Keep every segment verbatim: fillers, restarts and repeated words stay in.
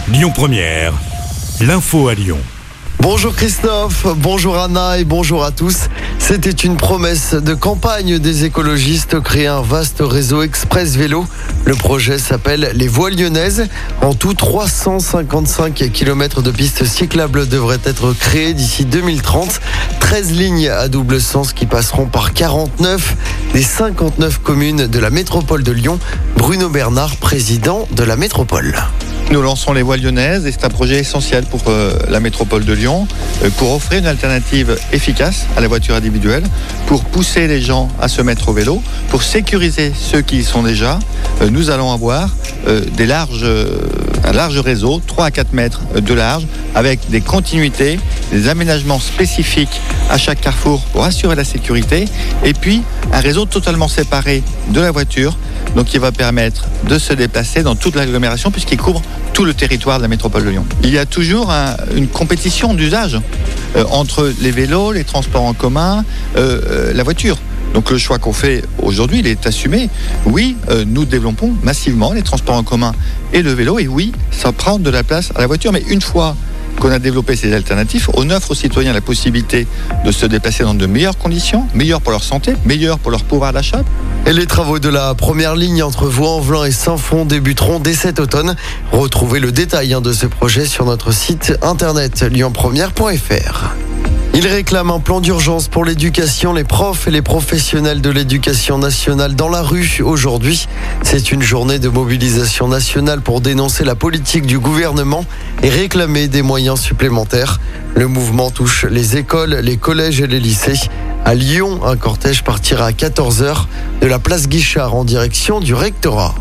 Lyon Première, l'info à Lyon. Bonjour Christophe, bonjour Anna et bonjour à tous. C'était une promesse de campagne des écologistes, créer un vaste réseau express vélo. Le projet s'appelle les Voies lyonnaises. En tout, trois cent cinquante-cinq kilomètres de pistes cyclables devraient être créées d'ici deux mille trente. treize lignes à double sens qui passeront par quarante-neuf des cinquante-neuf communes de la métropole de Lyon. Bruno Bernard, président de la métropole. Nous lançons les Voies lyonnaises et c'est un projet essentiel pour euh, la métropole de Lyon, euh, pour offrir une alternative efficace à la voiture individuelle, pour pousser les gens à se mettre au vélo, pour sécuriser ceux qui y sont déjà. Euh, nous allons avoir euh, des larges, euh, un large réseau, trois à quatre mètres de large, avec des continuités, des aménagements spécifiques à chaque carrefour pour assurer la sécurité, et puis un réseau totalement séparé de la voiture, donc qui va permettre de se déplacer dans toute l'agglomération puisqu'il couvre tout le territoire de la métropole de Lyon. Il y a toujours un, une compétition d'usage euh, entre les vélos, les transports en commun, euh, euh, la voiture. Donc le choix qu'on fait aujourd'hui, il est assumé. Oui, euh, nous développons massivement les transports en commun et le vélo, et oui, ça prend de la place à la voiture, mais une fois qu'on a développé ces alternatives, on offre aux citoyens la possibilité de se déplacer dans de meilleures conditions, meilleures pour leur santé, meilleures pour leur pouvoir d'achat. Et les travaux de la première ligne entre Vaux-en-Velin et Saint-Fond débuteront dès cet automne. Retrouvez le détail de ce projet sur notre site internet lyon première point f r. Il réclame un plan d'urgence pour l'éducation, les profs et les professionnels de l'éducation nationale dans la rue aujourd'hui. C'est une journée de mobilisation nationale pour dénoncer la politique du gouvernement et réclamer des moyens supplémentaires. Le mouvement touche les écoles, les collèges et les lycées. À Lyon, un cortège partira à quatorze heures de la place Guichard en direction du rectorat.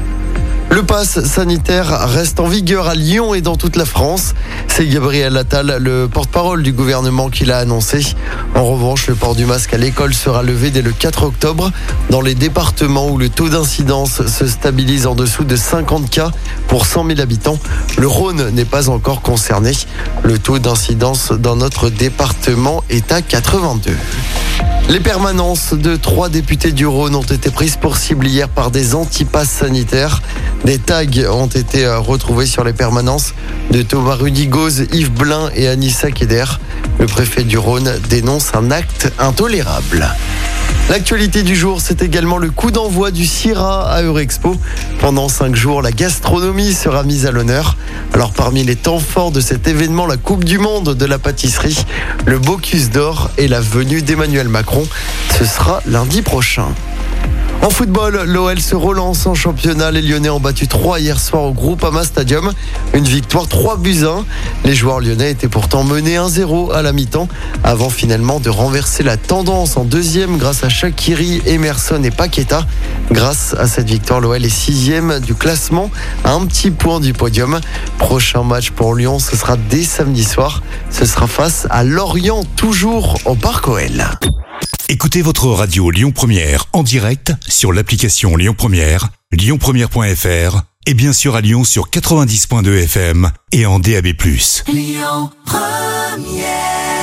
Le pass sanitaire reste en vigueur à Lyon et dans toute la France. C'est Gabriel Attal, le porte-parole du gouvernement, qui l'a annoncé. En revanche, le port du masque à l'école sera levé dès le quatre octobre. Dans les départements où le taux d'incidence se stabilise en dessous de cinquante cas pour cent mille habitants, le Rhône n'est pas encore concerné. Le taux d'incidence dans notre département est à quatre-vingt-deux. Les permanences de trois députés du Rhône ont été prises pour cible hier par des antipasses sanitaires. Des tags ont été retrouvés sur les permanences de Thomas Rudigoz, Yves Blin et Anissa Keder. Le préfet du Rhône dénonce un acte intolérable. L'actualité du jour, c'est également le coup d'envoi du CIRA à Eurexpo. Pendant cinq jours, la gastronomie sera mise à l'honneur. Alors parmi les temps forts de cet événement, la Coupe du Monde de la pâtisserie, le Bocuse d'Or et la venue d'Emmanuel Macron. Ce sera lundi prochain. En football, l'O L se relance en championnat. Les Lyonnais ont battu Troyes hier soir au Groupama Stadium. Une victoire trois buts à un. Les joueurs lyonnais étaient pourtant menés un zéro à la mi-temps avant finalement de renverser la tendance en deuxième grâce à Shaqiri, Emerson et Paqueta. Grâce à cette victoire, l'O L est sixième du classement à un petit point du podium. Prochain match pour Lyon, ce sera dès samedi soir. Ce sera face à Lorient, toujours au Parc O L. Écoutez votre radio Lyon Première en direct sur l'application Lyon Première, lyon première point f r et bien sûr à Lyon sur quatre-vingt-dix point deux F M et en D A B plus. Lyon Première.